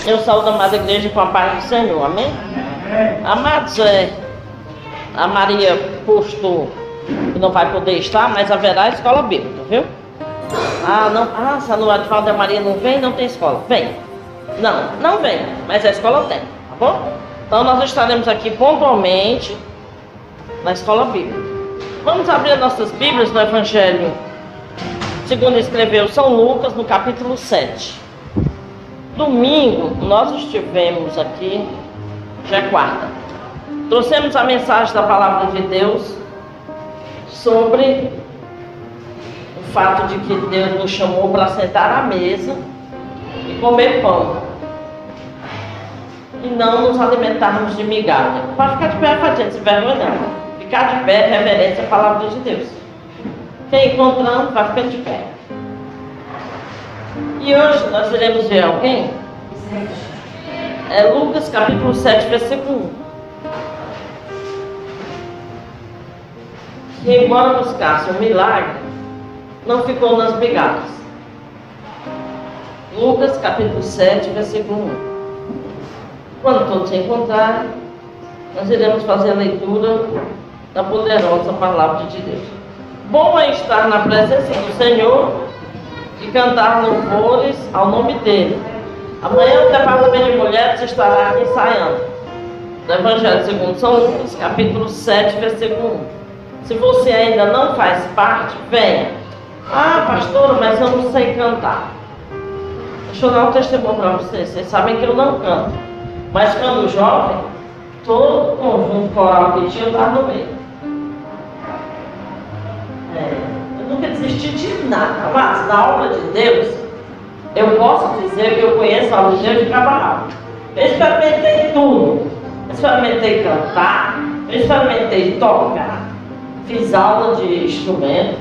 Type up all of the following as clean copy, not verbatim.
Eu saúdo a amada igreja com a paz do Senhor, amém? Amados, a Maria postou que não vai poder estar, mas haverá escola bíblica, viu? Se a Noadvalda Maria não vem, não tem escola. Vem. Não vem, mas a escola tem, tá bom? Então nós estaremos aqui pontualmente na escola bíblica. Vamos abrir nossas Bíblias no Evangelho segundo escreveu São Lucas, no capítulo 7. Domingo nós estivemos aqui, já é quarta. Trouxemos a mensagem da palavra de Deus sobre o fato de que Deus nos chamou para sentar à mesa e comer pão e não nos alimentarmos de migalha. Pode ficar de pé, Fadinha, se vergonha não. Ficar de pé é reverência à palavra de Deus. Quem encontrando vai ficando de pé. E hoje nós iremos ver alguém. É Lucas capítulo 7, versículo 1. Que embora buscasse um milagre, não ficou nas migalhas. Lucas capítulo 7, versículo 1. Quando todos se encontrarem, nós iremos fazer a leitura da poderosa palavra de Deus. Bom é estar na presença do Senhor e cantar louvores ao nome dele. Amanhã o departamento de mulheres estará aqui ensaiando. No Evangelho segundo São Lucas, capítulo 7, versículo 1. Se você ainda não faz parte, venha. Pastora, mas eu não sei cantar. Deixa eu dar um testemunho para vocês. Vocês sabem que eu não canto. Mas quando jovem, todo o conjunto coral que tinha eu estava no meio. Eu nunca desisti de nada. Mas na obra de Deus, eu posso dizer que eu conheço a obra de Deus de cabo a rabo. Eu experimentei tudo. Eu experimentei cantar, eu experimentei tocar, fiz aula de instrumento,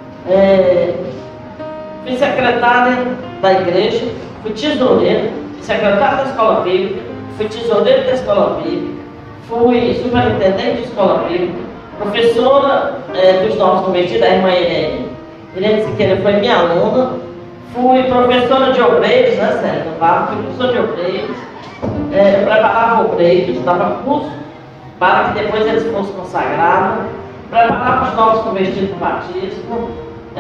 fui secretária da igreja, fui tesoureira, fui secretária da escola bíblica, fui tesoureira da escola bíblica, fui superintendente de escola bíblica, professora dos novos convertidos, a irmã Irene Siqueira foi minha aluna, fui professora de obreiros, né, Sérgio? Fui professora de obreiros, preparava obreiros, dava curso para que depois eles fossem consagrados, preparava os novos convertidos para o batismo,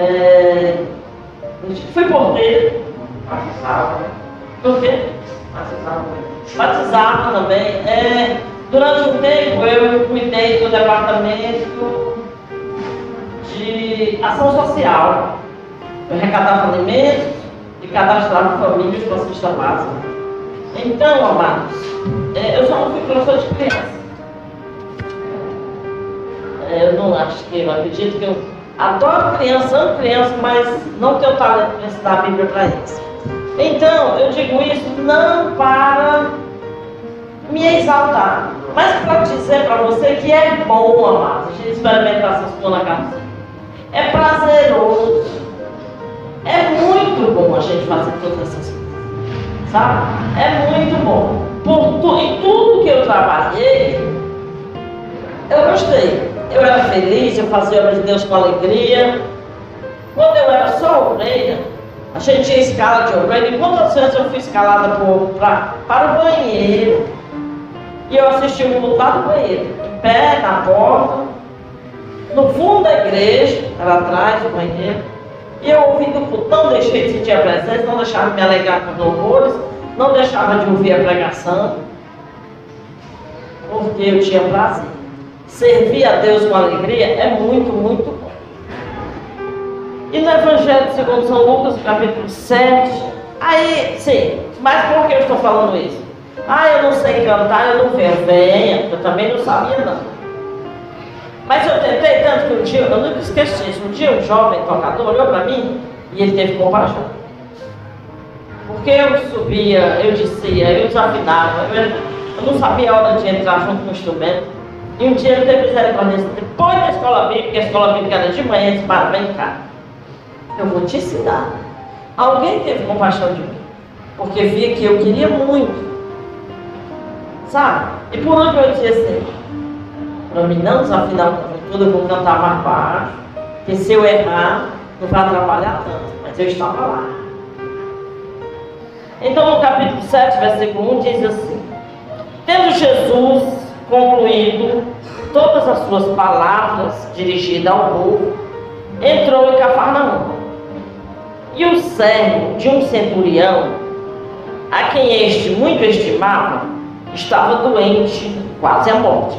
fui porteiro, batizava, por quê? Batizava também. Durante um tempo eu cuidei do departamento de ação social. Eu arrecadava alimentos e cadastrava famílias para a cesta básica. Então, amados, eu só não fui professor de criança. Eu não acredito que eu adoro criança, amo criança, mas não tenho talento para ensinar a Bíblia para eles. Então, eu digo isso não para me exaltar, mas para dizer para você que é bom, amados, a gente experimentar essas coisas na casa. É prazeroso. É muito bom a gente fazer todas essas coisas, sabe? É muito bom. Em tudo que eu trabalhei, eu gostei. Eu era feliz, eu fazia a obra de Deus com alegria. Quando eu era só obreira, a gente tinha escala de obreira, e quantas vezes eu fui escalada para o banheiro, e eu assisti o culto lá do banheiro, em pé, na porta, no fundo da igreja, era atrás do banheiro, e eu ouvindo o culto, não deixei de sentir a presença, não deixava de me alegrar com os louvores, não deixava de ouvir a pregação, porque eu tinha prazer. Servir a Deus com alegria é muito, muito bom. E no Evangelho segundo São Lucas, capítulo 7, mas por que eu estou falando isso? Eu não sei cantar, eu não venho, eu também não sabia não. Mas eu tentei tanto que um dia, eu nunca esqueci isso, um dia um jovem tocador olhou para mim e ele teve compaixão. Porque eu subia, eu descia, eu desafinava, eu não sabia a hora de entrar junto com o instrumento. E um dia ele teve misericórdia, depois da escola bíblica, a escola bíblica era de manhã, ele disse, vem cá, eu vou te ensinar. Alguém teve compaixão de mim, porque via que eu queria muito, sabe? E por onde eu dizia assim, para mim não desafinar o conjunto, eu vou cantar mais baixo, porque se eu errar, não vai atrapalhar tanto, mas eu estava lá. Então, no capítulo 7, versículo 1, diz assim: tendo Jesus concluído todas as suas palavras dirigidas ao povo, entrou em Cafarnaum. E o servo de um centurião, a quem este muito estimava, estava doente, quase à morte.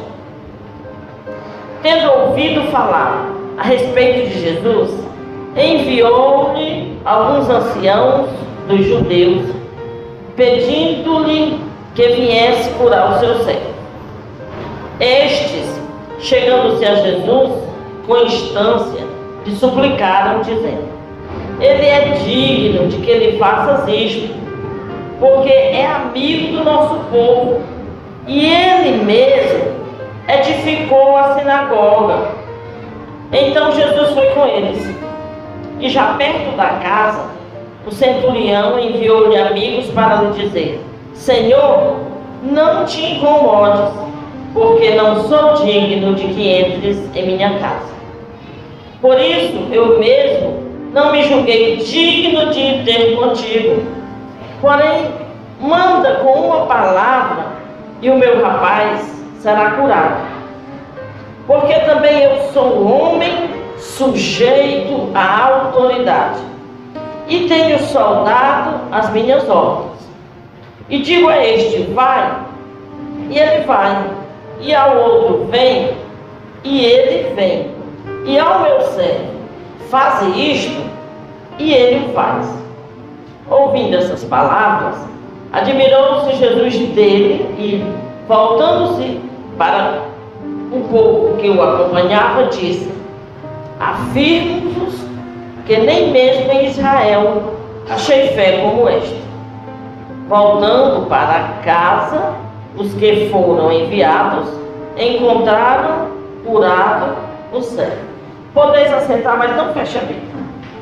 Tendo ouvido falar a respeito de Jesus, enviou-lhe alguns anciãos dos judeus, pedindo-lhe que viesse curar o seu servo. Estes, chegando-se a Jesus, com instância, lhe suplicaram, dizendo: ele é digno de que lhe faças isto, porque é amigo do nosso povo, e ele mesmo edificou a sinagoga. Então Jesus foi com eles, e já perto da casa, o centurião enviou-lhe amigos para lhe dizer: Senhor, não te incomodes, porque não sou digno de que entres em minha casa. Por isso, eu mesmo não me julguei digno de ir ter contigo. Porém, manda com uma palavra, e o meu rapaz será curado. Porque também eu sou homem sujeito à autoridade, e tenho soldado as minhas ordens. E digo a este: vai, e ele vai. E ao outro: vem, e ele vem. E ao meu servo: faze isto, e ele o faz. Ouvindo essas palavras, admirou-se Jesus dele e, voltando-se para o povo que o acompanhava, disse: afirmo-vos que nem mesmo em Israel achei fé como esta. Voltando para casa, os que foram enviados encontraram curado o servo. Podeis assentar, mas não feche a Bíblia.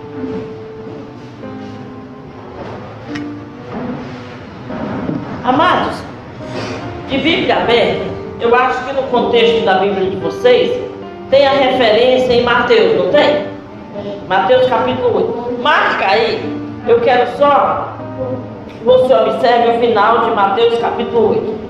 Amados, de Bíblia aberta, eu acho que no contexto da Bíblia de vocês tem a referência em Mateus, não tem? Mateus capítulo 8. Marca aí, eu quero só que você observe o final de Mateus capítulo 8.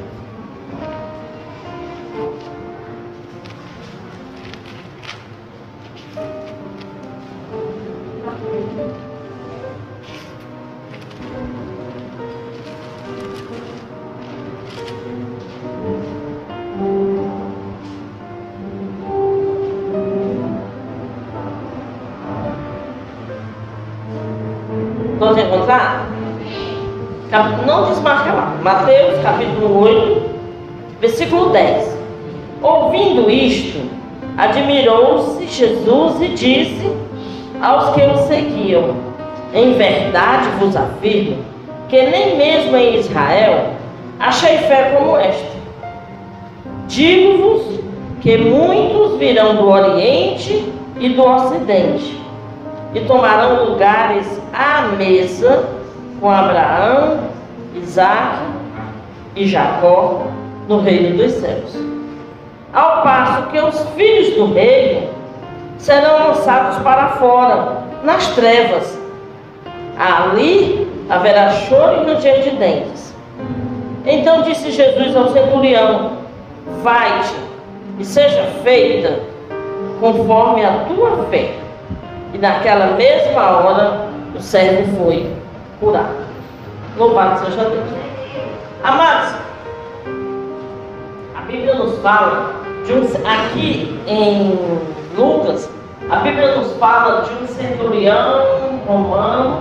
Vamos encontrar? Não desmarca lá. Mateus capítulo 8, versículo 10. Ouvindo isto, admirou-se Jesus e disse aos que o seguiam: em verdade vos afirmo que nem mesmo em Israel achei fé como esta. Digo-vos que muitos virão do Oriente e do Ocidente e tomarão lugares à mesa com Abraão, Isaque e Jacó no reino dos céus. Ao passo que os filhos do reino serão lançados para fora, nas trevas. Ali haverá choro e ranger de dentes. Então disse Jesus ao centurião: vai-te e seja feita conforme a tua fé. E naquela mesma hora o servo foi curado. Louvado seja Deus. Amados, a Bíblia nos fala de aqui em Lucas, a Bíblia nos fala de um centurião romano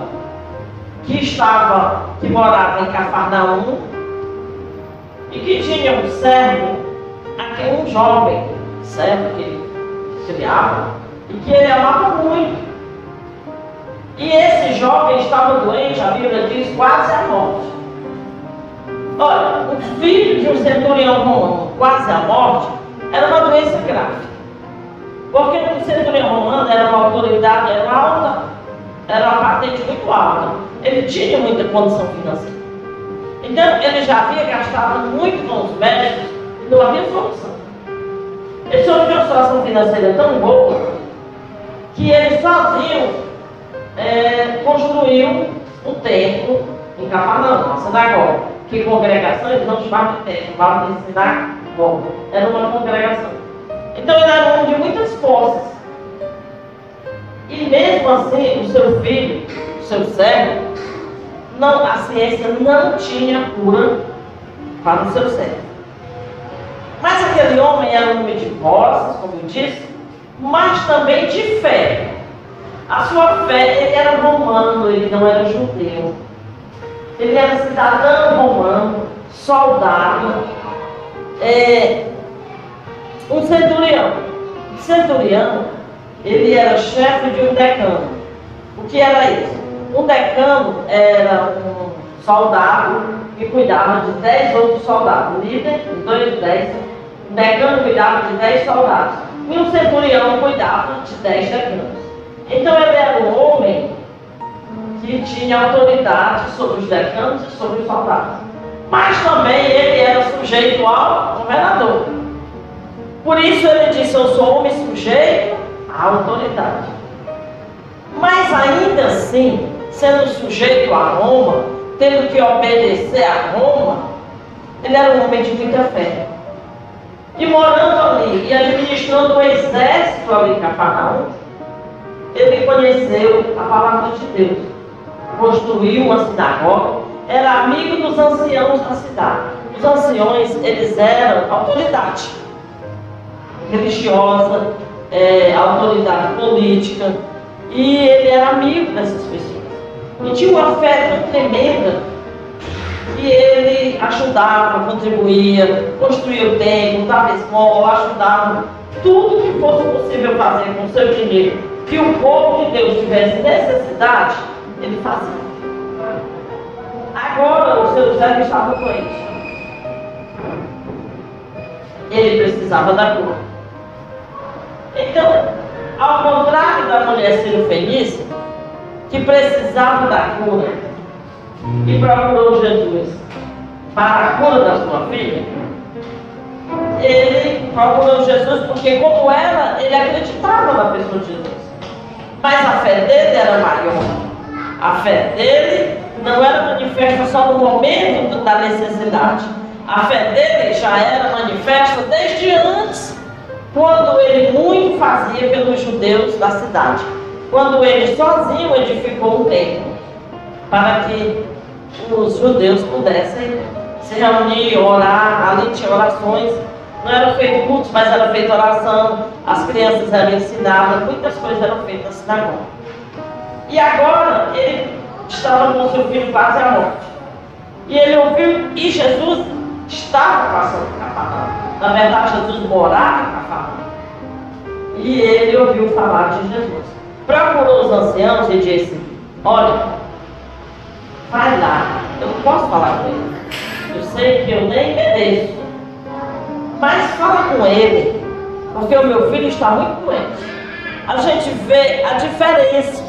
que morava em Cafarnaum e que tinha um servo, um jovem servo que ele criava e que ele amava muito. E esse jovem estava doente, a Bíblia diz, quase à morte. Olha, o filho de um centurião romano, quase à morte, era uma doença grave. Porque o centurião romano era uma autoridade, era alta, era uma patente muito alta. Ele tinha muita condição financeira. Então, ele já havia gastado muito com os médicos e não havia solução. Ele tinha uma situação financeira tão boa que ele sozinho construiu um templo Em Cafarnaum, uma sinagoga. Que congregação eles não chamavam de templo, chamavam de sinagoga. Era uma congregação. Então ele era um homem de muitas posses. E mesmo assim, o seu filho, o seu servo, a ciência não tinha cura para o seu servo. Mas aquele homem era um homem de posses, como eu disse, mas também de fé. A sua fé, ele era romano, ele não era judeu. Ele era cidadão romano, soldado, um centurião. O centurião, ele era chefe de um decano. O que era isso? Um decano era um soldado que cuidava de 10 outros soldados. Líder, 2 de 10. Um decano cuidava de 10 soldados. E um centurião cuidava de 10 decanos. Então ele era um homem que tinha autoridade sobre os decanos e sobre os soldados. Mas também ele era sujeito ao governador. Por isso ele disse: eu sou homem sujeito à autoridade. Mas ainda assim, sendo sujeito a Roma, tendo que obedecer a Roma, ele era um homem de muita fé. E morando ali e administrando o exército ali em Cafarnaum, ele conheceu a palavra de Deus, construiu uma sinagoga, era amigo dos anciãos da cidade. Os anciões, eles eram autoridade religiosa, autoridade política, e ele era amigo dessas pessoas. E tinha uma fé tão tremenda que ele ajudava, contribuía, construía o templo, dava esmola, ajudava, tudo que fosse possível fazer com o seu dinheiro, que o povo de Deus tivesse necessidade, ele fazia. Agora o seu servo estava doente. Ele precisava da cura. Então, ao contrário da mulher cirofenícia, que precisava da cura e procurou Jesus para a cura da sua filha, ele procurou Jesus porque, como ela, ele acreditava na pessoa de Jesus. Mas a fé dele era maior. A fé dele não era manifesta só no momento da necessidade. A fé dele já era manifesta desde antes, quando ele muito fazia pelos judeus da cidade. Quando ele sozinho edificou um templo, para que os judeus pudessem se reunir, orar. Ali tinha orações. Não eram feitos cultos, mas era feita oração. As crianças eram ensinadas, muitas coisas eram feitas na sinagoga. E agora ele estava com seu filho quase à morte. E ele ouviu, e Jesus estava passando por Cafarnaum. Na verdade, Jesus morava em Cafarnaum. E ele ouviu falar de Jesus. Procurou os anciãos e disse: olha, vai lá, eu não posso falar com ele. Eu sei que eu nem mereço. Mas fala com ele, porque o meu filho está muito doente. A gente vê a diferença.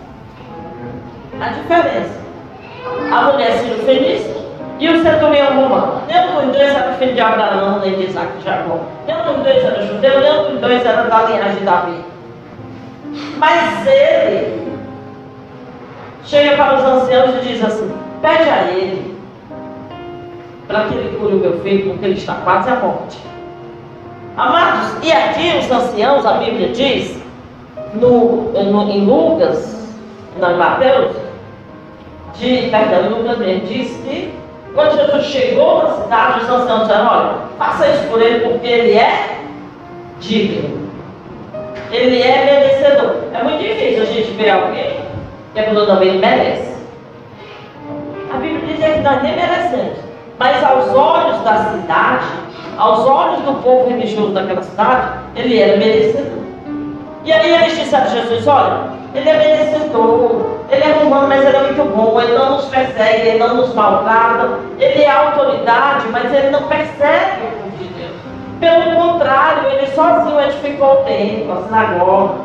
A diferença. A mulher cirofenícia e o centurião romano. Nenhum dos dois era filho de Abraão, nem de Isaac e Jacó. Nenhum dos dois era judeu, nenhum dos dois era da linhagem de Davi. Mas ele chega para os anciãos e diz assim: pede a ele para que ele cure o meu filho, porque ele está quase à morte. Amados, e aqui os anciãos, a Bíblia diz, em Lucas, não, em Mateus, em Lucas mesmo, diz que quando Jesus chegou na cidade, os anciãos disseram: olha, faça isso por ele, porque ele é digno. Ele é merecedor. É muito difícil a gente ver alguém que a pessoa também merece. A Bíblia diz que nós nem merecemos. Mas aos olhos da cidade, aos olhos do povo religioso daquela cidade, ele era merecedor. E aí eles disseram a Jesus: olha, ele é merecedor, ele é humano, mas ele é muito bom, ele não nos persegue, ele não nos maltrata, ele é autoridade, mas ele não persegue o povo de Deus. Pelo contrário, ele sozinho edificou o templo, a sinagoga.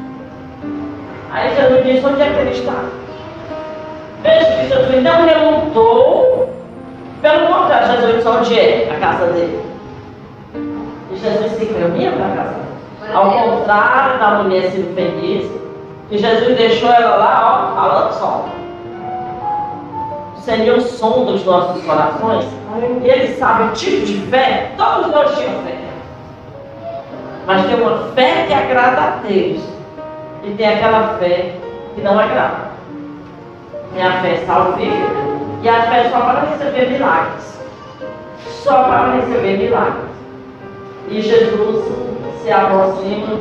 Aí Jesus disse: onde é que ele está? Veja que Jesus não relutou. Pelo contrário, Jesus disse: onde é a casa dele? E Jesus se caminha para a casa dele. Ao contrário da mulher cirofenícia, que Jesus deixou ela lá, ó, falando só. Senhor sonda os nossos corações. E Ele sabe o tipo de fé. Todos nós tínhamos fé. Mas tem uma fé que agrada a Deus. E tem aquela fé que não agrada. Tem a fé salvífica e a fé só para receber milagres. Só para receber milagres. E Jesus se aproxima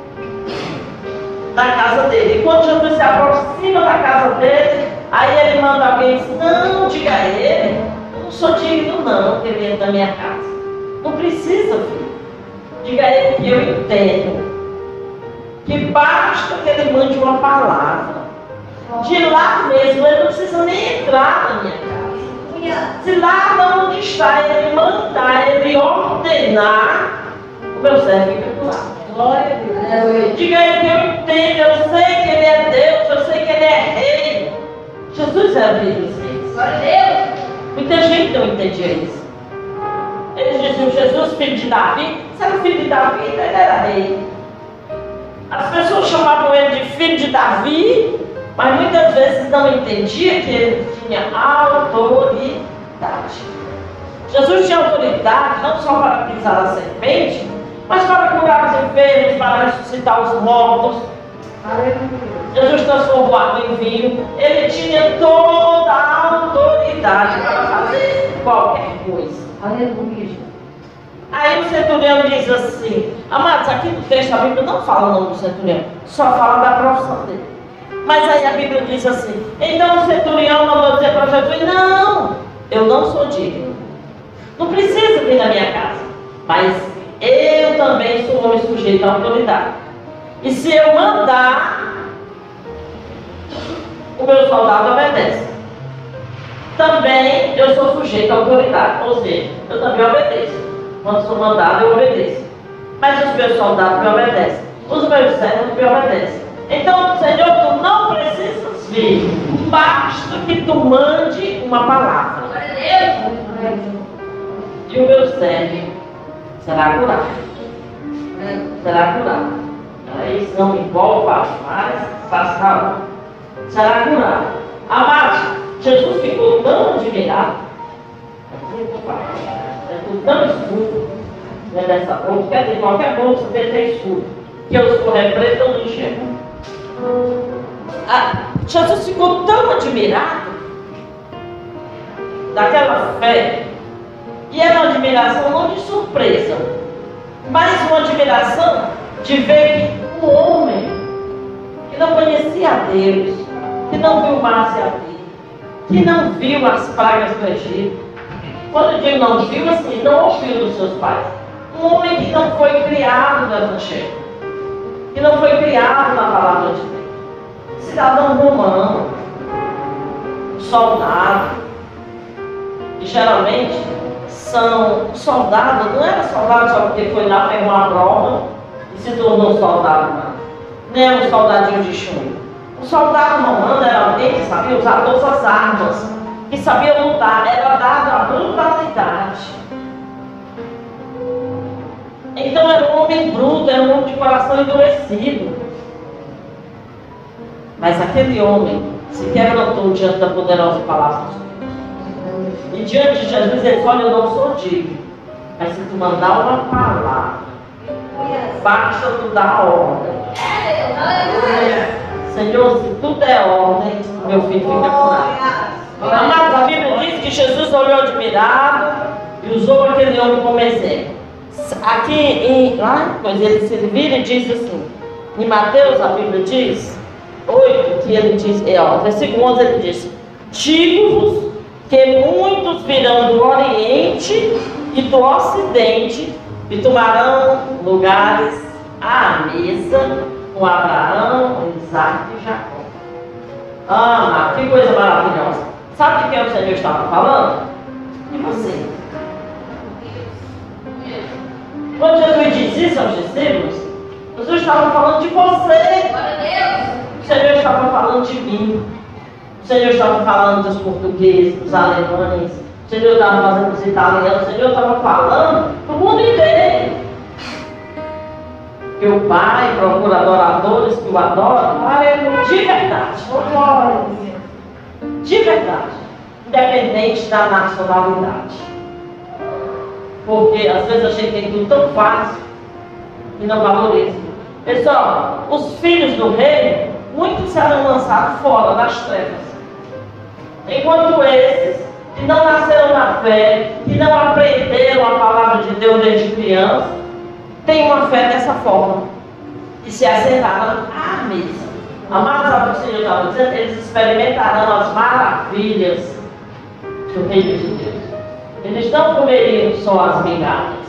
da casa dele. E quando Jesus se aproxima da casa dele, aí ele manda alguém dizer: não, diga a ele, eu não sou digno não que ele entre na minha casa. Não precisa, filho. Diga a ele que eu entendo que basta que ele mande uma palavra. De lá mesmo, ele não precisa nem entrar na minha casa. Se lá onde está ele mandar, ele ordenar, o meu servo fica curado. Glória a Deus. Diga a ele que eu entendo, eu sei que ele é Deus, eu sei que ele é rei. Jesus é o rei dos reis. Glória a Deus. Muita gente não entendia isso. Eles diziam: Jesus, filho de Davi. Se era filho de Davi, ele era rei. As pessoas chamavam ele de filho de Davi, mas muitas vezes não entendia que ele tinha autoridade. Jesus tinha autoridade não só para pisar a serpente, mas para curar os enfermos, para ressuscitar os mortos. Jesus transformou água em vinho. Ele tinha toda a autoridade para fazer qualquer coisa. Aleluia. Aí o centurião diz assim: amados, aqui no texto a Bíblia não fala o nome do centurião, só fala da profissão dele. Mas aí a Bíblia diz assim: então o centurião mandou dizer para Jesus: não, eu não sou digno, não precisa vir na minha casa, mas eu também sou homem sujeito à autoridade. E se eu mandar, o meu soldado obedece. Também eu sou sujeito à autoridade, ou seja, eu também obedeço. Quando sou mandado, eu obedeço. Mas os meus soldados me obedecem. Os meus servos me obedecem. Então, Senhor, tu não precisas vir. Basta que tu mande uma palavra. E o meu servo será curado. Será curado. Aí não me envolva mais, faça. Será curado. Amados, Jesus ficou tão admirado. Tão escuro, né, dessa bolsa, quer dizer, qualquer bolsa dele é escuro, que eu escorrer preto, eu não enxergo. Jesus ficou tão admirado daquela fé, e era uma admiração não de surpresa, mas uma admiração de ver que um homem que não conhecia a Deus, que não viu o mar se abrir, que não viu as pragas do Egito. Quando eu digo não viu, assim, não ouviu dos seus pais. Um homem que não foi criado no Evangelho, que não foi criado na palavra de Deus. Cidadão romano, soldado. E geralmente são soldados, não era soldado só porque foi lá, pegou uma prova e se tornou soldado, não. Nem era um soldadinho de chumbo. O soldado romano era alguém que sabia usar todas as armas, que sabia lutar, era dado a brutalidade. Então era um homem bruto, era um homem de coração endurecido. Mas aquele homem se quebrantou diante da poderosa palavra de Deus. E diante de Jesus ele disse: olha, eu não sou digno, mas se tu mandar uma palavra, basta tu dar a ordem. Senhor, se tu der ordem, meu filho fica curado. Amados, a Bíblia diz que Jesus olhou admirado e usou aquele homem como exemplo. Aqui pois ele se vira e diz assim, em Mateus a Bíblia diz 8, que ele diz, versículo 11 ele diz: digo-vos que muitos virão do Oriente e do Ocidente e tomarão lugares à mesa com Abraão, Isaac e Jacó. Que coisa maravilhosa. Sabe de quem o Senhor estava falando? De você. Quando Jesus diz isso aos discípulos, Jesus estava falando de você. O Senhor estava falando de mim. O Senhor estava falando dos portugueses, dos alemães. O Senhor estava falando dos italianos. O Senhor estava falando do mundo inteiro. Que o Pai procura adoradores que o adoram de verdade. De verdade. independente da nacionalidade. Porque às vezes a gente tem tudo tão fácil e não valoriza. Pessoal, os filhos do reino, muitos serão lançados fora das trevas. Enquanto esses que não nasceram na fé, que não aprenderam a palavra de Deus desde criança, têm uma fé dessa forma e se assentaram à mesa. Amados, sabe o que o Senhor estava dizendo? Eles experimentarão as maravilhas do reino de Deus. Eles não comeriam só as migalhas.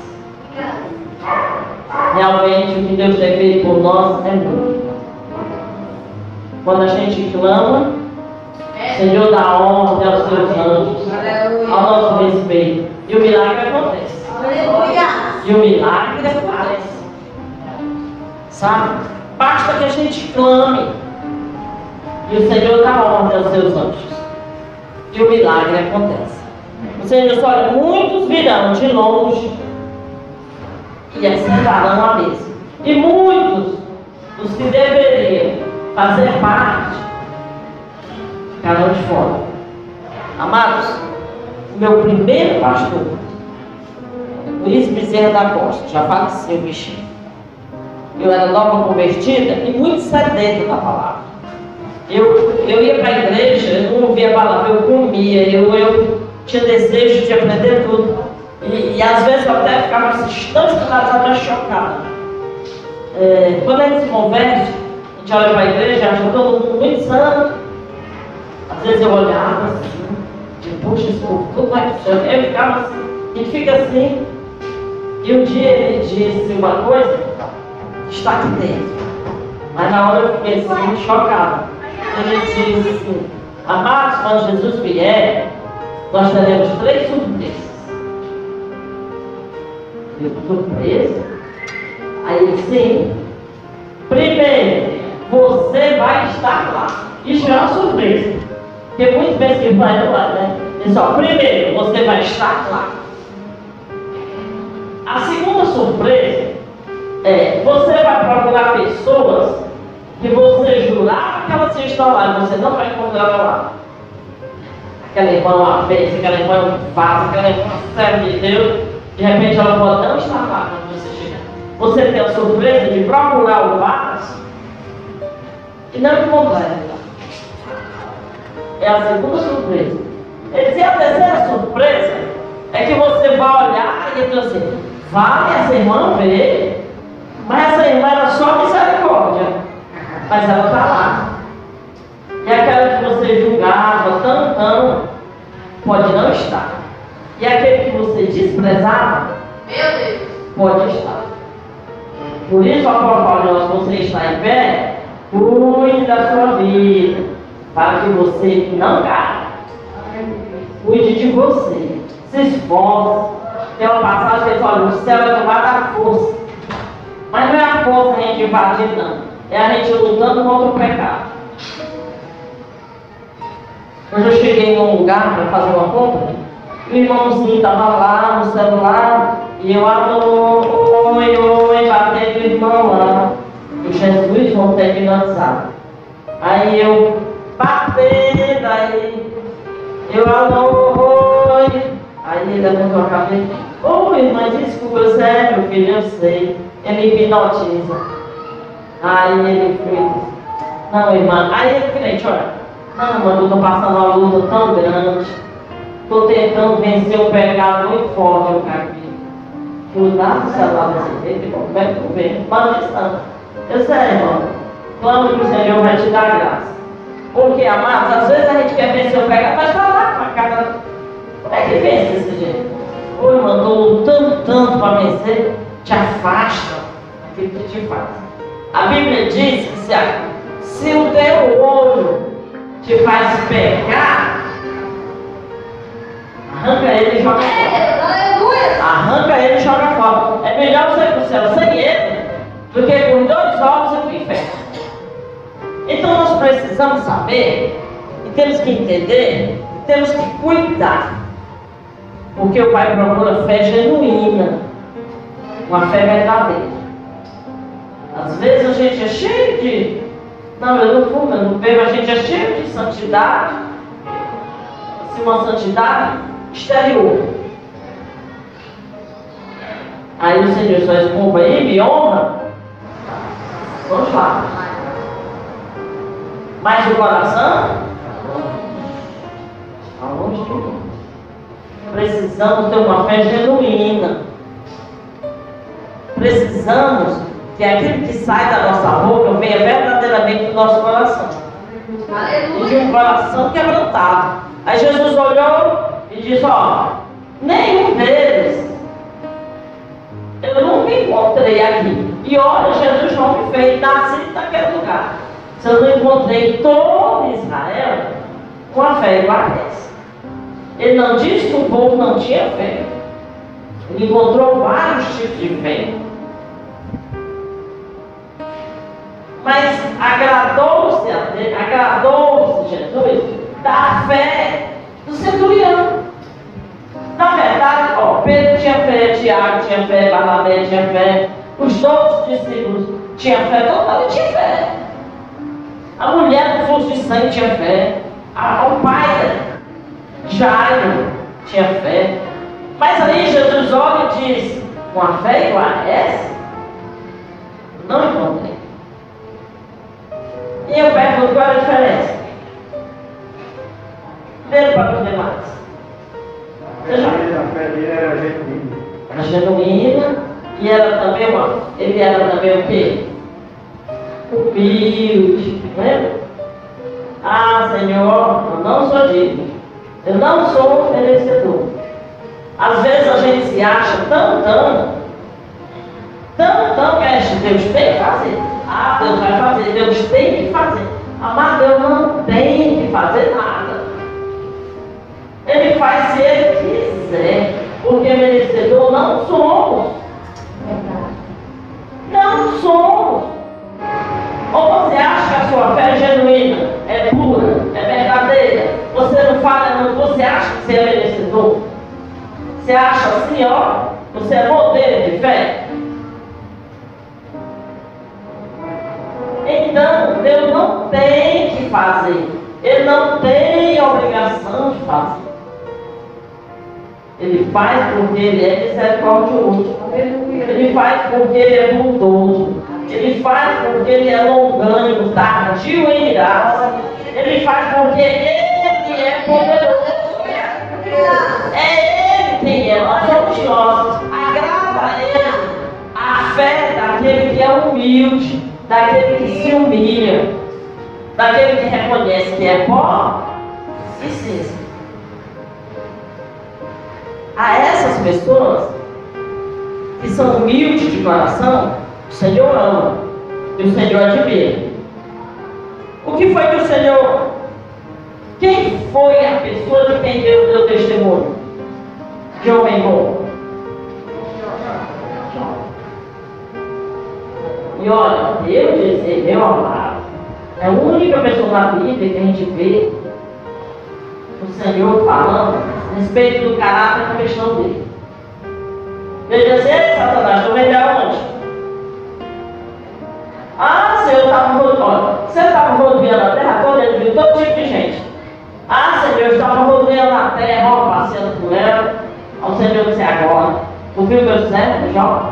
Realmente o que Deus tem feito por nós é muito. Quando a gente clama, o Senhor dá ordem aos seus anjos, ao nosso respeito. E o milagre acontece. E o milagre acontece. Sabe? Basta que a gente clame. E o Senhor dá ordem aos seus anjos. E o milagre acontece. O Senhor diz, olha, muitos virão de longe e assentarão à mesa. E muitos dos que deveriam fazer parte ficarão de fora. Amados, o meu primeiro pastor, Luiz Bezerra da Costa, já faleceu, bichinho. Eu era nova convertida e muito sedenta da palavra. Eu ia para a igreja, eu não ouvia a palavra, eu comia, eu tinha desejo de aprender tudo. E às vezes eu até ficava tão escravizada, chocada. Quando a gente se converte, a gente olha para a igreja, acha todo mundo muito santo. Às vezes eu olhava assim, e puxa, esse povo tudo vai pro céu. Eu ficava assim, e fica assim. E um dia ele disse uma coisa, está aqui dentro. Mas na hora eu fiquei assim, chocada. Ele disse assim, amados, quando Jesus vier, nós teremos 3 surpresas. Eu, surpresa? Aí ele, sim. Primeiro, você vai estar lá. Isso é uma surpresa. Porque muitas vezes que vai lá, né? Ele só, primeiro, você vai estar lá. A segunda surpresa é, você vai procurar pessoas que você jurava que elas estão lá e você não vai encontrar lá. Aquela irmã uma vez, aquela irmã faz, aquela irmã serve de Deus, de repente ela pode não estar lá quando você chegar. Você tem a surpresa de procurar o vaso e não encontrar ela. É a segunda surpresa. Ele diz, a terceira surpresa é que você vai olhar e diz assim, vale essa irmã ver, mas essa irmã era só misericórdia. Mas ela está lá. E aquela que você julgava tão, pode não estar. E aquele que você desprezava, meu Deus, pode estar. Por isso, a propósito, você está em pé, cuide da sua vida, para que você não caia. Cuide de você, se esforce. Tem uma passagem que diz, olha, o céu é tomado à força. Mas não é a força a gente invadir, não. É a gente lutando contra o pecado. Hoje eu cheguei num lugar para fazer uma compra, e o irmãozinho estava lá no celular, e eu oi, batendo o irmão lá. E Jesus, vamos terminar. Aí eu batendo, aí eu oi. Aí ele levantou a cabeça, oi, irmã, desculpa, meu filho, eu sei. Ele hipnotiza. Aí ele fez, não, irmã, aí ele crente, olha, não, irmã, eu estou passando uma luta tão grande, estou tentando vencer um pecado muito forte, eu caí. Fui lá no celular desse jeito, como é que eu vejo? Manda distância. Eu sei, irmão, clamo que o Senhor vai te dar graça. Porque, amados, às vezes a gente quer vencer o pecado, mas está lá com a cara, como é que vence desse jeito? Ô, irmão, estou lutando tanto para vencer, te afasta daquilo que te faz. A Bíblia diz que se o teu olho te faz pecar, arranca ele e joga fora. Arranca ele e joga fora. É melhor você ir para o céu sem ele do que com 2 olhos e para o inferno. Então nós precisamos saber, e temos que entender, e temos que cuidar. Porque o Pai procura fé genuína, uma fé verdadeira. Às vezes a gente é cheio de... Não, eu não fumo, eu não bebo, a gente é cheio de santidade. se uma santidade exterior. Aí o Senhor só desculpa aí, me honra. Vamos lá. Mas o coração, está longe de mim. Precisamos ter uma fé genuína. Precisamos que aquilo que sai da nossa boca venha verdadeiramente do nosso coração. E de um coração quebrantado. Aí Jesus olhou e disse, ó, nenhum deles eu nunca encontrei aqui. E olha, Jesus não me fez nascer naquele lugar. Se eu não encontrei todo Israel com a fé igual a essa. Ele não disse que o povo não tinha fé. Ele encontrou vários tipos de fé. Mas agradou-se Jesus da fé do centurião. Na verdade, ó, Pedro tinha fé, Tiago tinha fé, Barnabé tinha fé, os 12 discípulos tinham fé, todo mundo tinha fé. A mulher do fluxo de sangue tinha fé, o pai Jairo tinha fé. Mas aí Jesus olha e diz, uma fé igual a essa? Não encontrei. E eu pergunto, qual é a diferença dele para os demais? A fé dele era genuína. Era genuína e ele era também o quê? Humilde, lembra? Ah, Senhor, eu não sou digno. Eu não sou merecedor. Às vezes a gente se acha tão que Deus tem que fazer. Ah, Deus vai fazer, Deus tem que fazer. Amado, Deus não tem que fazer nada. Ele faz se Ele quiser, porque merecedor não somos. Não somos. Ou você acha que a sua fé é genuína, é pura, é verdadeira? Você não fala, não, você acha que você é merecedor? Você acha assim, ó, você é modelo de fé? Então, Deus não tem que fazer. Ele não tem obrigação de fazer. Ele faz porque Ele é misericordioso. Ele faz porque Ele é bondoso. Ele faz porque Ele é longânimo, tardio em graça. Ele faz porque Ele é poderoso. É Ele quem é, nós somos nós. Agrada a Ele a fé daquele que é humilde, daquele que se humilha, daquele que reconhece que é pó e cinza. A essas pessoas que são humildes de coração, o Senhor ama e o Senhor admira. O que foi que o Senhor... Quem foi a pessoa de quem Deus deu testemunho? De homem bom? E olha, eu dizer, meu amado, é a única pessoa na Bíblia que a gente vê o Senhor falando a respeito do caráter da questão dele. Ele diz assim, ei, Satanás, tu vem de onde? Ah, Senhor, você estava rodeando a terra toda, ele viu todo tipo de gente. Ah, Senhor, eu estava rodeando a terra, ó, passeando por ela. Ao Senhor disse agora, tu viu meu servo, Jó?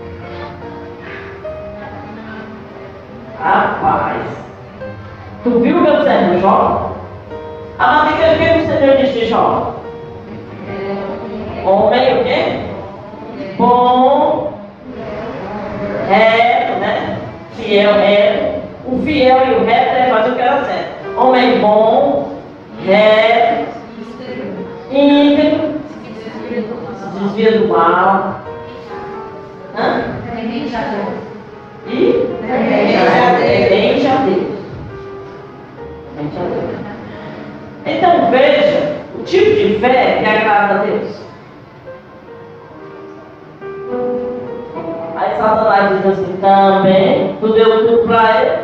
Rapaz, tu viu meu servo Jó? Ah, mas o que o Senhor disse de Jó? Homem o quê? Bom, reto, né? Fiel, reto. O fiel e o reto é fazer o que era certo. Homem bom, reto, íntegro, se desvia do mal. Hã? E temente a Deus. Então veja o tipo de fé que agrada a Deus. Aí Satanás diz assim, também, tu deu tudo para ele.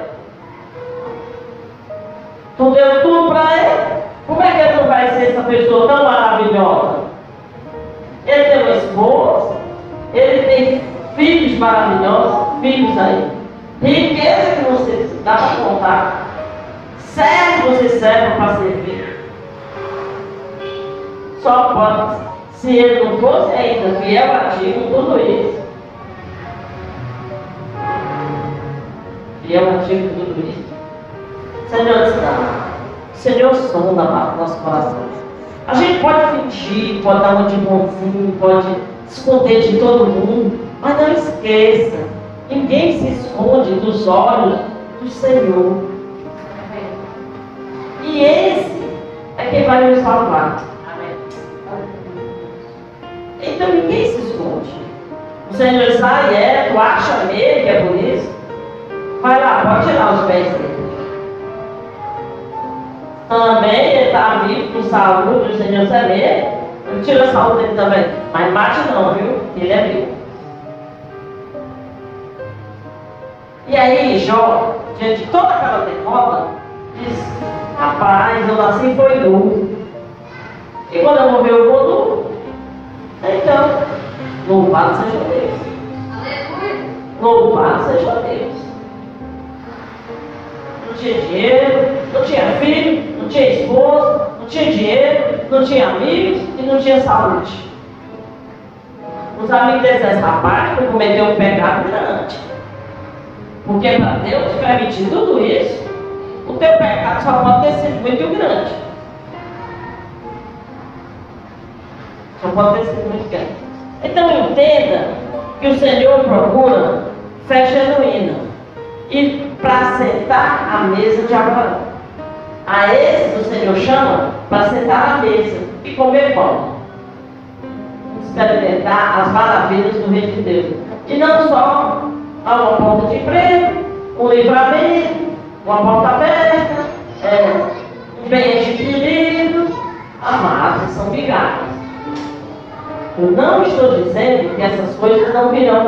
Tu deu tudo para ele. Como é que ele não vai ser essa pessoa tão maravilhosa? Ele tem uma esposa, ele tem filhos maravilhosos, filhos aí. Riqueza que você dá para contar. Serve, você serve para servir. só pode, se ele não fosse ainda fiel a ti com tudo isso. Fiel a ti com tudo isso. Senhor está. Senhor sonda nosso coração. A gente pode fingir, pode dar uma de bonzinho, pode esconder de todo mundo, mas não esqueça, ninguém se esconde dos olhos do Senhor. E esse é quem vai nos salvar. Então ninguém se esconde. O Senhor diz, tu acha mesmo que é por isso? Vai lá, pode tirar os pés dele. Também ele está vivo com saúde, o Senhor sabe. Ele tira a saúde dele também. Mas mate não, viu? Ele é vivo. E aí, Jó, diante de toda aquela derrota, diz, rapaz, eu nasci foi duro. E quando eu morrer eu vou duro. Então, louvado seja Deus. Louvado seja Deus. Não tinha dinheiro, não tinha filho, não tinha esposa, não tinha dinheiro, não tinha amigos e não tinha saúde. Os amigos desse rapaz cometeu um pecado grande. Porque para Deus permitir tudo isso, o teu pecado só pode ter sido muito grande. Só pode ter sido muito grande. Então entenda que o Senhor procura fé genuína. E para sentar à mesa de Abraão. A esses o Senhor chama para sentar à mesa e comer pão. Experimentar as maravilhas do reino de Deus. E não só a uma porta de emprego, um livramento, uma porta aberta, um bem adquirido. Amados, são migalhas. Eu não estou dizendo que essas coisas não virão.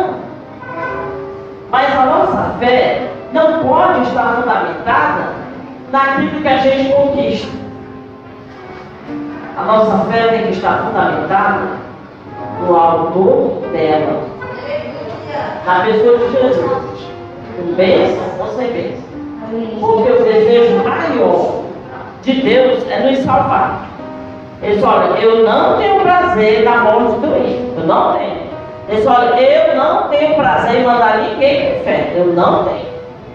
Mas a nossa fé não pode estar fundamentada naquilo que a gente conquista. A nossa fé tem que estar fundamentada no autor dela. Na pessoa de Jesus. Com bênção ou sem bênção. Porque o desejo maior de Deus é nos salvar. Ele diz, olha, eu não tenho prazer na morte do ímpio. Eu não tenho. Ele diz, olha, eu não tenho prazer em mandar ninguém para o inferno. Eu não tenho.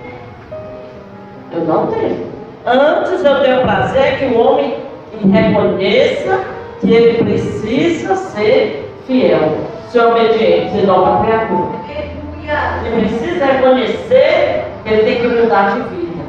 Eu não tenho. Antes eu tenho prazer que o homem reconheça que ele precisa ser fiel, ser obediente, ser nova criatura. Ele precisa reconhecer que ele tem que mudar de vida.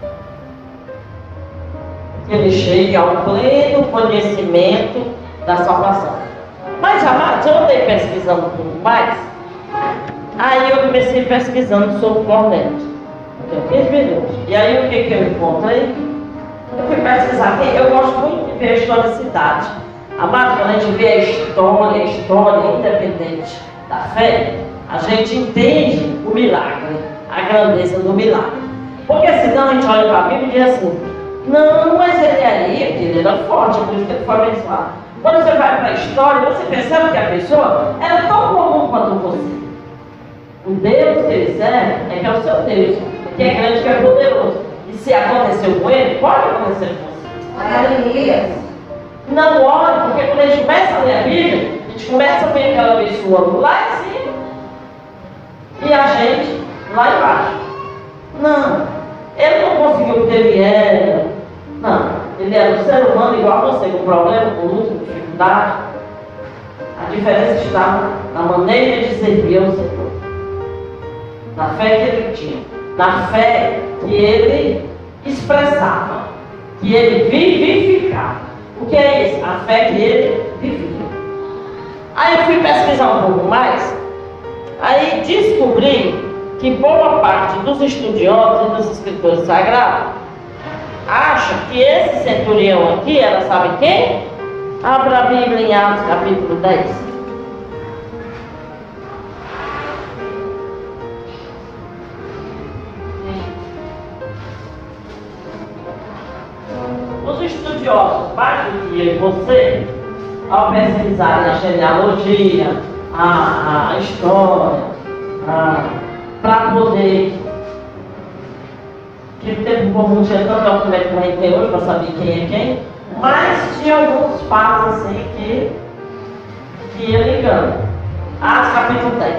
Que ele chegue ao pleno conhecimento da salvação. Mas, amados, eu andei pesquisando um pouco mais. Aí eu comecei pesquisando sobre Cornélio. Eu tenho 15 minutos. E aí o que eu encontrei? Eu fui pesquisar. Eu gosto muito de ver a historicidade. Amados, quando a gente vê a história independente da fé, a gente entende o milagre, a grandeza do milagre. Porque senão a gente olha para a Bíblia e diz assim, não, mas ele aí, ele era forte, por isso que ele foi abençoado. Quando você vai para a história, você percebe que a pessoa era tão comum quanto você. O Deus que ele serve é que é o seu Deus, que é grande, que é poderoso. E se aconteceu com ele, pode acontecer com você. Aleluia. Não olhe, porque quando a gente começa a ler a Bíblia, a gente começa a ver aquela pessoa lá em cima e a gente lá embaixo. Não, ele não conseguiu porque ele era. Não, ele era um ser humano igual a você, com problema, com luta, com dificuldade. A diferença está na maneira de servir ao Senhor. Na fé que ele tinha, na fé que ele expressava, que ele vivificava. O que é isso? A fé que ele vivia. Aí eu fui pesquisar um pouco mais, aí descobri que boa parte dos estudiosos e dos escritores sagrados acha que esse centurião aqui era, sabe quem? Abra a Bíblia em Atos capítulo 10. Os estudiosos, mais do que eu e você, ao pesquisarem a genealogia, a história, para poder, que tempo comum tinha tanto documento que a gente tem hoje para saber quem é quem, Mas tinha alguns fatos assim que ia ligando. Atos capítulo 10.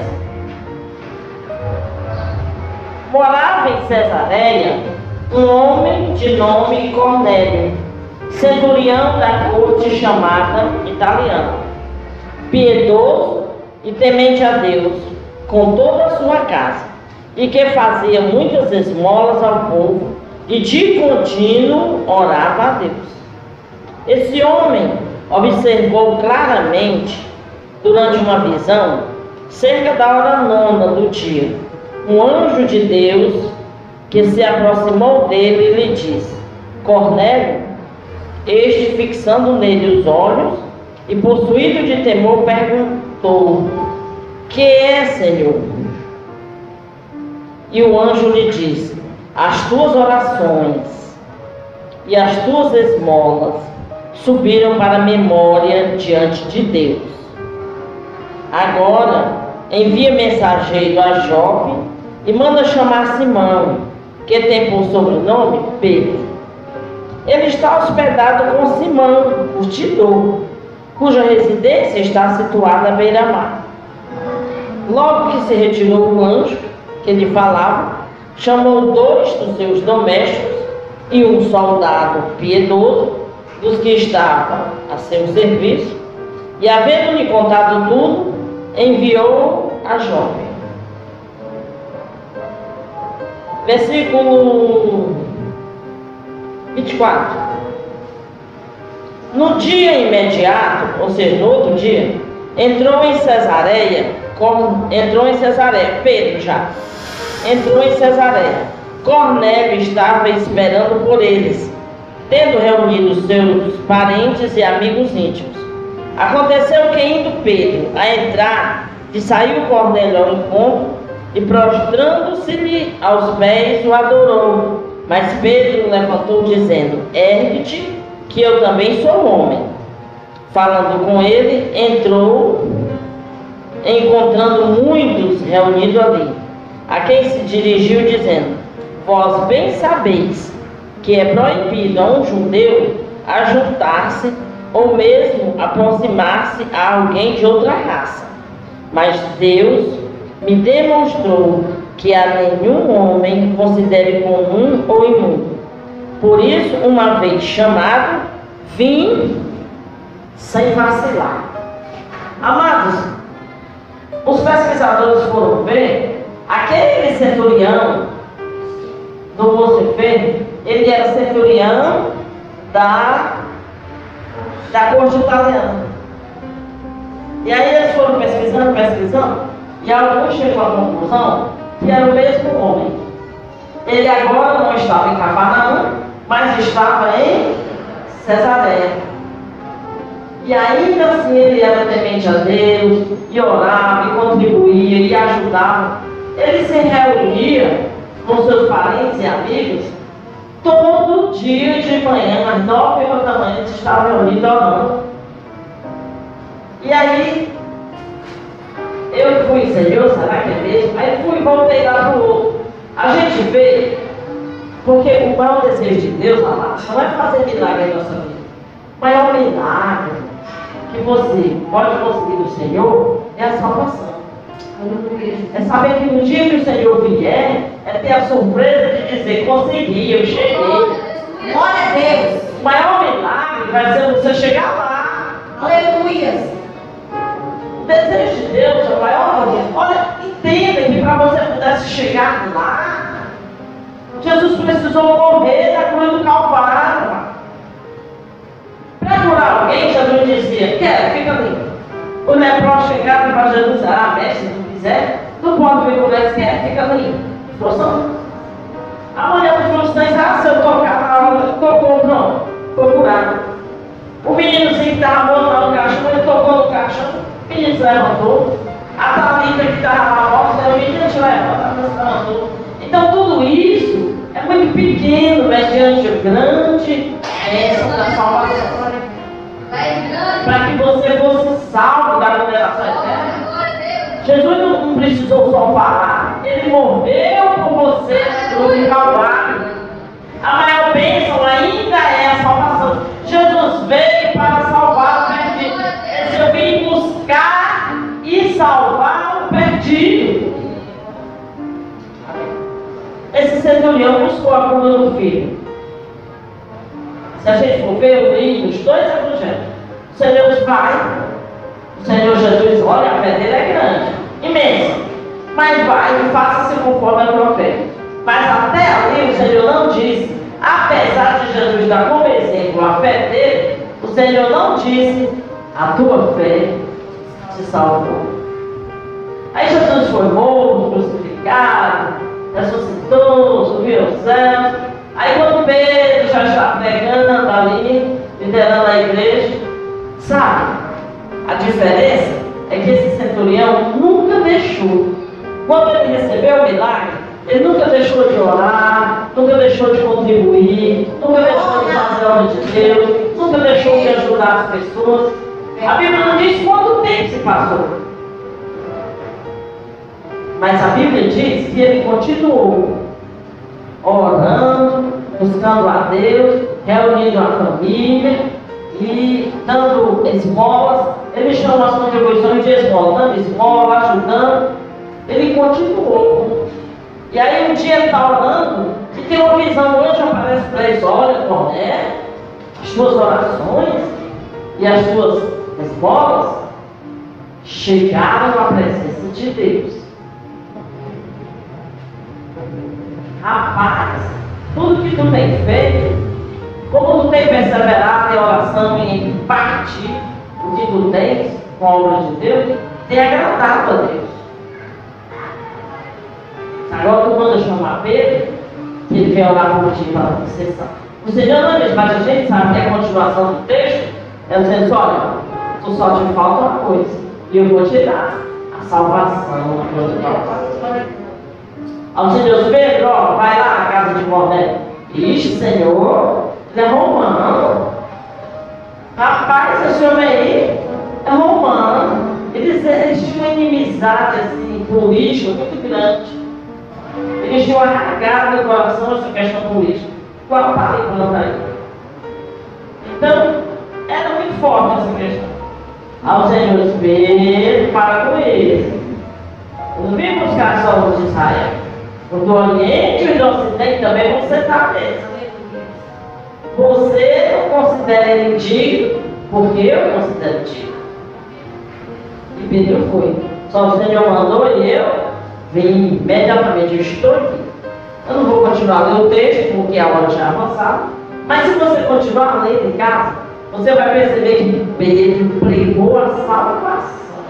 Morava em Cesareia um homem de nome Cornélio, centurião da corte chamada italiana, piedoso e temente a Deus, com toda a sua casa, e que fazia muitas esmolas ao povo, e de contínuo orava a Deus. Esse homem observou claramente, durante uma visão, cerca da hora 9 do dia, um anjo de Deus que se aproximou dele e lhe disse: Cornélio. Este, fixando nele os olhos e possuído de temor, perguntou: Que é, Senhor? E o anjo lhe disse: As tuas orações e as tuas esmolas subiram para a memória diante de Deus. Agora envia mensageiro a Jope e manda chamar Simão, que tem por sobrenome Pedro. Ele está hospedado com Simão, o tidor, cuja residência está situada à beira-mar. Logo que se retirou o anjo que lhe falava, chamou 2 dos seus domésticos e um soldado piedoso dos que estavam a seu serviço, e, havendo-lhe contado tudo, enviou a Jope. Versículo 24. No dia imediato, ou seja, no outro dia, entrou em Cesareia, Pedro já entrou em Cesareia. Cornélio estava esperando por eles, tendo reunido seus parentes e amigos íntimos. Aconteceu que, indo Pedro a entrar, lhe saiu Cornélio ao encontro e, prostrando-se-lhe aos pés, o adorou. Mas Pedro levantou, dizendo: Ergue-te, que eu também sou homem. Falando com ele, entrou, encontrando muitos reunidos ali, a quem se dirigiu, dizendo: Vós bem sabeis que é proibido a um judeu ajuntar-se ou mesmo aproximar-se a alguém de outra raça. Mas Deus me demonstrou que a nenhum homem considere comum ou imundo. Por isso, uma vez chamado, vim sem vacilar. Amados, os pesquisadores foram ver aquele centurião do Lucifer. Ele era centurião da corte italiana. E aí eles foram pesquisando, e alguns chegou à conclusão que era o mesmo homem. Ele agora não estava em Cafarnaum, mas estava em Cesareia. E ainda assim ele era temente a Deus, e orava, e contribuía, e ajudava. Ele se reunia com seus parentes e amigos todo dia de manhã, às 9h da manhã, eles estavam reunidos orando. E aí eu fui, Senhor, será que é mesmo? Aí fui e voltei lá para o outro. A gente vê, porque o maior desejo de Deus, amado, não é fazer milagre em nossa vida. O maior milagre que você pode conseguir do Senhor é a salvação. É saber que no dia que o Senhor vier, é ter a surpresa de dizer: consegui, eu cheguei. Glória a Deus. O maior milagre vai ser você chegar lá. Aleluia. O desejo de Deus é o maior. Olha, entenda que para você pudesse chegar lá, Jesus precisou morrer na cruz do Calvário. Para curar alguém, Jesus dizia: quer, fica limpo. O leproso chegava para Jesus: mestre, se tu quiser, tu pode vir por ele, quer, fica limpo. Função. A mulher dos filisteus: se eu tocar na hora, tocou, pronto, estou curado. O meninozinho que estava morto no caixão, ele tocou no caixão, o menino se levantou. A Talita que estava lá morta, o menino se levantou. Então tudo isso é muito pequeno mediante o grande bênção da salvação. Para que você fosse salvo da condenação eterna. Jesus não precisou só falar, ele morreu por você no Calvário. A maior bênção ainda é a salvação. Jesus Senhor buscou a cura do filho. Se a gente for ver o livro, os dois evangelhos, o Senhor vai, o Senhor Jesus, olha, a fé dele é grande, imensa, mas vai e faça-se conforme a tua fé. Mas até ali o Senhor não disse, apesar de Jesus dar como exemplo a fé dele, o Senhor não disse, a tua fé te salvou. Aí Jesus foi morto, crucificado, ressuscitou, subiu aos céus. Aí quando Pedro já está pregando ali, liderando a igreja, sabe? A diferença é que esse centurião nunca deixou. Quando ele recebeu o milagre, ele nunca deixou de orar, nunca deixou de contribuir, nunca deixou de fazer a obra de Deus, nunca deixou de ajudar as pessoas. A Bíblia não diz quanto tempo se passou. Mas a Bíblia diz que ele continuou orando, buscando a Deus, reunindo a família e dando esmolas. Ele chama as contribuições de esmola, dando esmola, ajudando. Ele continuou. E aí um dia ele está orando e tem uma visão, hoje aparece para ele, olha, Cornélio, as suas orações e as suas esmolas chegaram à presença de Deus. Rapaz, tudo que tu tem feito, como tu tem perseverado em oração e em partir o que tu tens com a obra de Deus, tem agradado a Deus. Agora tu manda chamar Pedro, que ele vem orar por ti para você. O Senhor não diz, mas a gente sabe que a continuação do texto é dizendo, olha, tu só te falta uma coisa, e eu vou te dar a salvação. Ao Senhor Pedro, ó, vai lá na casa de Cornélio. Ixi, Senhor, ele é romano. Rapaz, esse homem aí é romano. Eles tinham uma inimizade assim, política muito grande. Eles tinham arraigado no coração essa questão política. Qual está lembrando aí? Então, era muito forte essa questão. Ao Senhor Pedro, para com eles. Eu não vim buscar só os de Israel. Do Oriente e do Ocidente também vão sentar mesmo. Você não considera ele digno, porque eu considero digno. E Pedro foi. Só o Senhor mandou e eu vim imediatamente. Eu estou aqui. Eu não vou continuar a ler o texto, porque a hora já é avançada. Mas se você continuar a ler em casa, você vai perceber que Pedro pregou a salvação.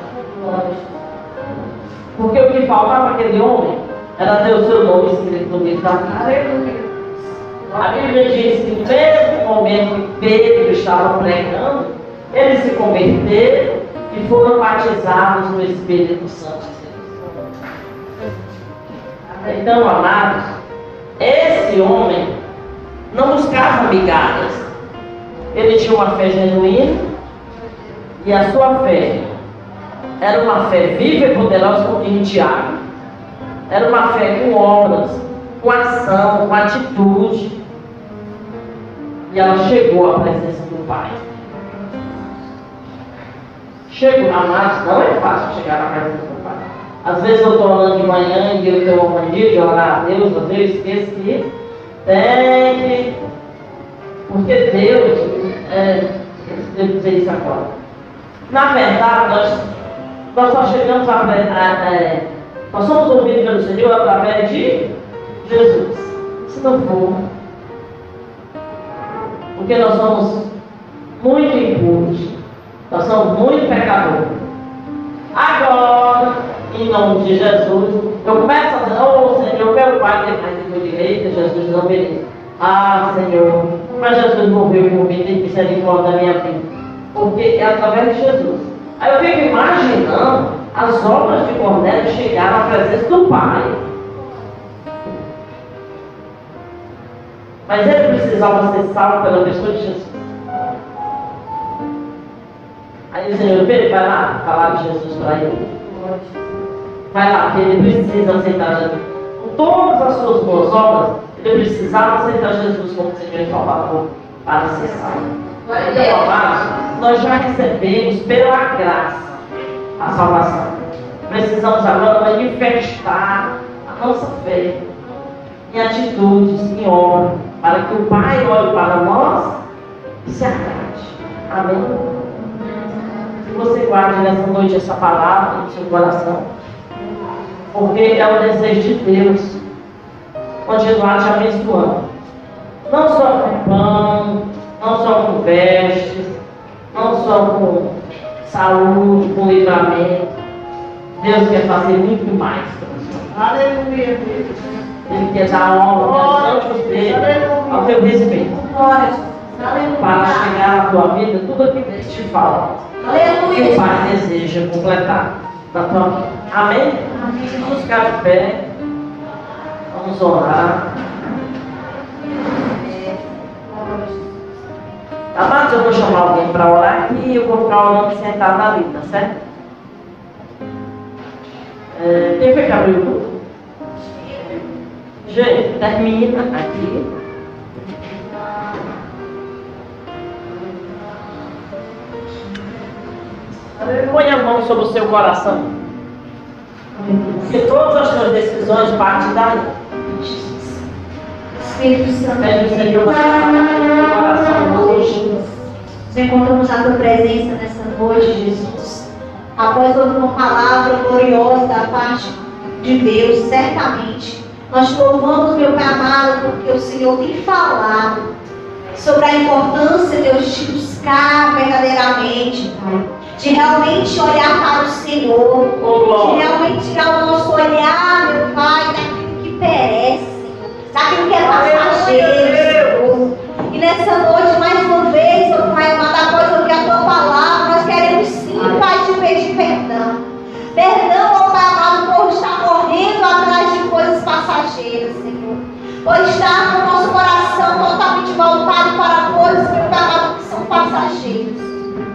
Porque o que faltava para aquele homem era ter o seu nome escrito no livro da vida. A Bíblia diz que no mesmo momento que Pedro estava pregando, eles se converteram e foram batizados no Espírito Santo. Então, amados, esse homem não buscava migalhas. Ele tinha uma fé genuína e a sua fé era uma fé viva e poderosa, como diz Tiago. Era uma fé com obras, com ação, com atitude. E ela chegou à presença do Pai. Chegou, amados, não é fácil chegar à presença do Pai. Às vezes eu estou orando de manhã e eu tenho uma mania de orar a Deus, às vezes eu esqueço que tem que. Porque Deus, devo dizer isso agora. Na verdade, nós só chegamos nós somos ouvidos pelo Senhor através de Jesus. Se não for, porque nós somos muito impuros, nós somos muito pecadores. Agora, em nome de Jesus, eu começo a dizer, oh Senhor, meu Pai tem mais de meu direito, Jesus não merece. Ah, Senhor, mas Jesus morreu por mim, tem misericórdia da minha vida. Porque é através de Jesus. Aí eu fico imaginando as obras de Cornélio chegaram à presença do Pai. Mas ele precisava ser salvo pela pessoa de Jesus. Aí o Senhor Pedro vai lá falar de Jesus para ele. Vai lá, porque ele precisa aceitar Jesus. Com todas as suas boas obras, ele precisava aceitar Jesus como Senhor e Salvador para ser salvo. Então, amados, nós já recebemos pela graça a salvação. Precisamos agora manifestar a nossa fé. em atitudes, em obra, para que o Pai olhe para nós e se agrade. Amém? Que você guarde nessa noite essa palavra no seu coração, porque é o desejo de Deus continuar te abençoando. Não só com pão, não só com vestes, não só com saúde, com livramento. Deus quer fazer muito mais para você. Aleluia, Deus. Ele quer dar honra ao você, ao teu respeito. Glória. Aleluia. Para chegar na tua vida, tudo aquilo que ele te fala. Aleluia. Que o Pai deseja completar na tua vida. Amém? Amém. Vamos ficar de pé. Vamos orar. Amados, eu vou chamar alguém para orar aqui e eu vou ficar orando sentado ali, tá certo? Quem foi que abriu tudo? Gente, termina aqui. Põe a mão sobre o seu coração. Porque todas as suas decisões partem daí. Espírito Santo, Pede o Senhor para o coração hoje. nós encontramos a tua presença nessa noite, Jesus. Após ouvir uma palavra gloriosa da parte de Deus, certamente nós te louvamos, meu Pai amado, porque o Senhor tem falado sobre a importância, Deus, de te buscar verdadeiramente, Pai. De realmente olhar para o Senhor, de realmente tirar o nosso olhar, meu Pai, daquilo que perece, daquilo que é passageiro, Senhor. E nessa noite, mais uma vez, meu Pai amado, após ouvir a tua palavra, nós queremos sim, Pai, te pedir perdão. Perdão, meu Pai amado, por estar correndo atrás de coisas passageiras, Senhor. Por estar com o nosso coração totalmente voltado para coisas, meu Pai amado, que são passageiras.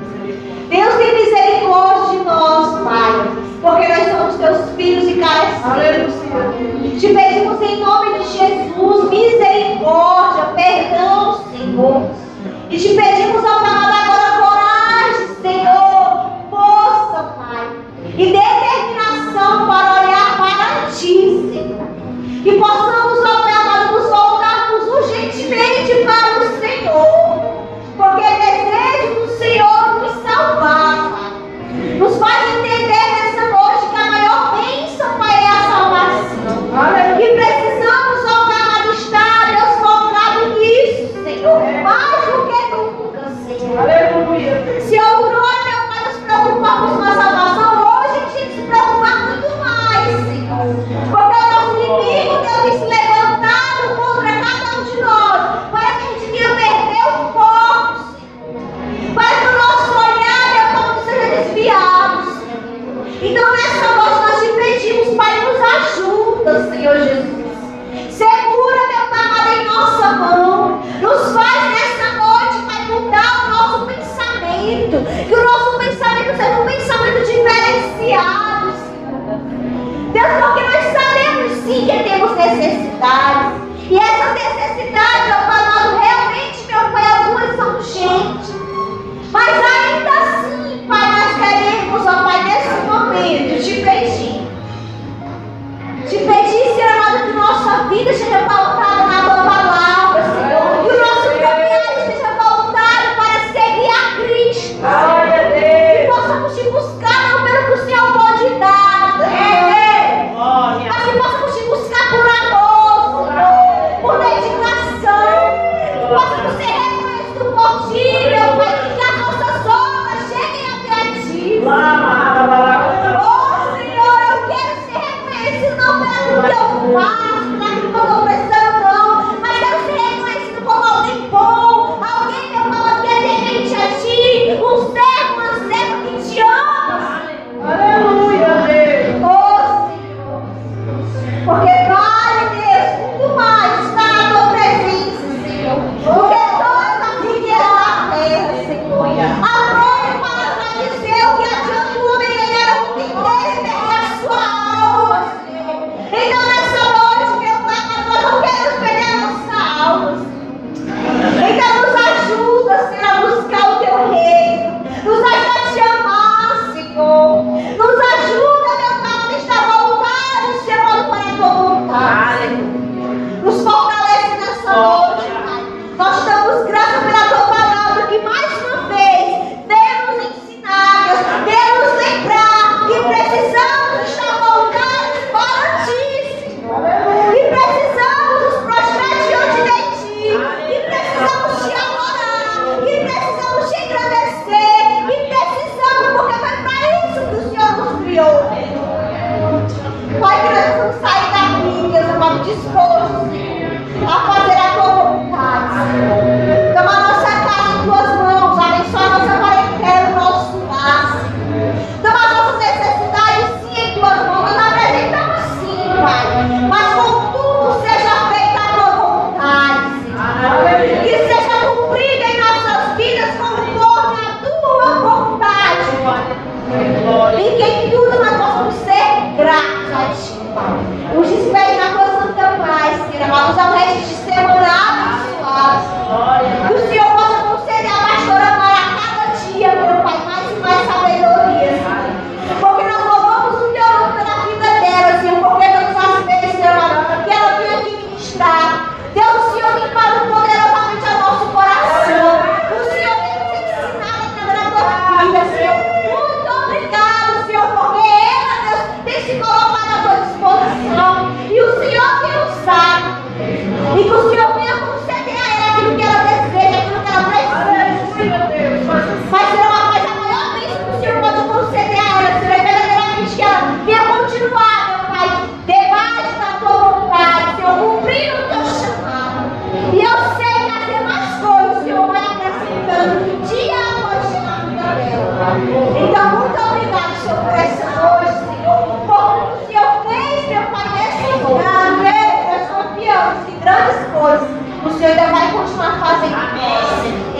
Deus tem misericórdia de nós, Pai, porque nós somos teus filhos e carecemos. Te pedimos em nome de Jesus, misericórdia, perdão, Senhor. E te pedimos, ó Pai, agora coragem, Senhor, força, Pai, e determinação para olhar para Ti, Senhor. Que possamos, ó Pai amado, nos voltarmos urgentemente para o Senhor, porque desejo do Senhor nos salvar, Pai. Nos faz entender nessa noite que a maior bênção, Pai, é a salvação. E precisamos, ó Pai amado, estar, Deus, focado nisso, Senhor, mais do que nunca, Senhor. Aleluia. Se outrora, meu Pai, nos preocupamos com a salvação, hoje a gente tem que se preocupar muito mais, Senhor. Porque o nosso inimigo, Deus, tem se levantado contra cada um de nós, para que a gente venha perder o foco, Senhor. Para que o nosso olhar, meu Pai, não seja desviado, Senhor. Então, nessa noite, nós te pedimos, Pai, nos ajuda, Senhor Jesus. Segura, meu Pai amado, em nossa mão. Nos faz nessa noite, Pai, mudar o nosso pensamento. Que o nosso pensamento seja um pensamento diferenciado, Senhor. Deus, porque nós sabemos sim que temos necessidades. E essas necessidades, meu Pai amado, realmente, meu Pai, algumas são urgentes. Mas ainda assim, Pai, nós queremos, ó Pai, nesse momento, te pedir. Te pedir, Senhor amado, que nossa vida seja pautada na tua palavra, Senhor. Que o nosso caminhar esteja voltado para seguir a Cristo. Glória a Deus. Que possamos te buscar não pelo que o Senhor pode dar, mas que possamos te buscar por amor, Senhor, por dedicação. Que possamos ser reconhecidos por ti, meu Pai, que as nossas obras cheguem até ti. Oh, Senhor, eu quero ser reconhecido não pelo que eu faço, pelo que eu estou precisando, não, mas quero ser reconhecido como alguém bom, alguém, meu Pai, que é temente a ti, um servo, uma serva que te ama. Aleluia, Deus. Oh, Senhor, porque vale, Deus, muito mais estar na tua presença, Senhor, porque toda a riqueza da terra, Senhor. A própria palavra dizer o que adianta o homem ganhar o mundo inteiro e perder a sua alma, Senhor. Então, nessa noite,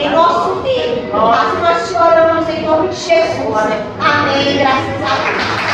em nosso meio. Assim nós te oramos em nome de Jesus. Amém. Graças a Deus.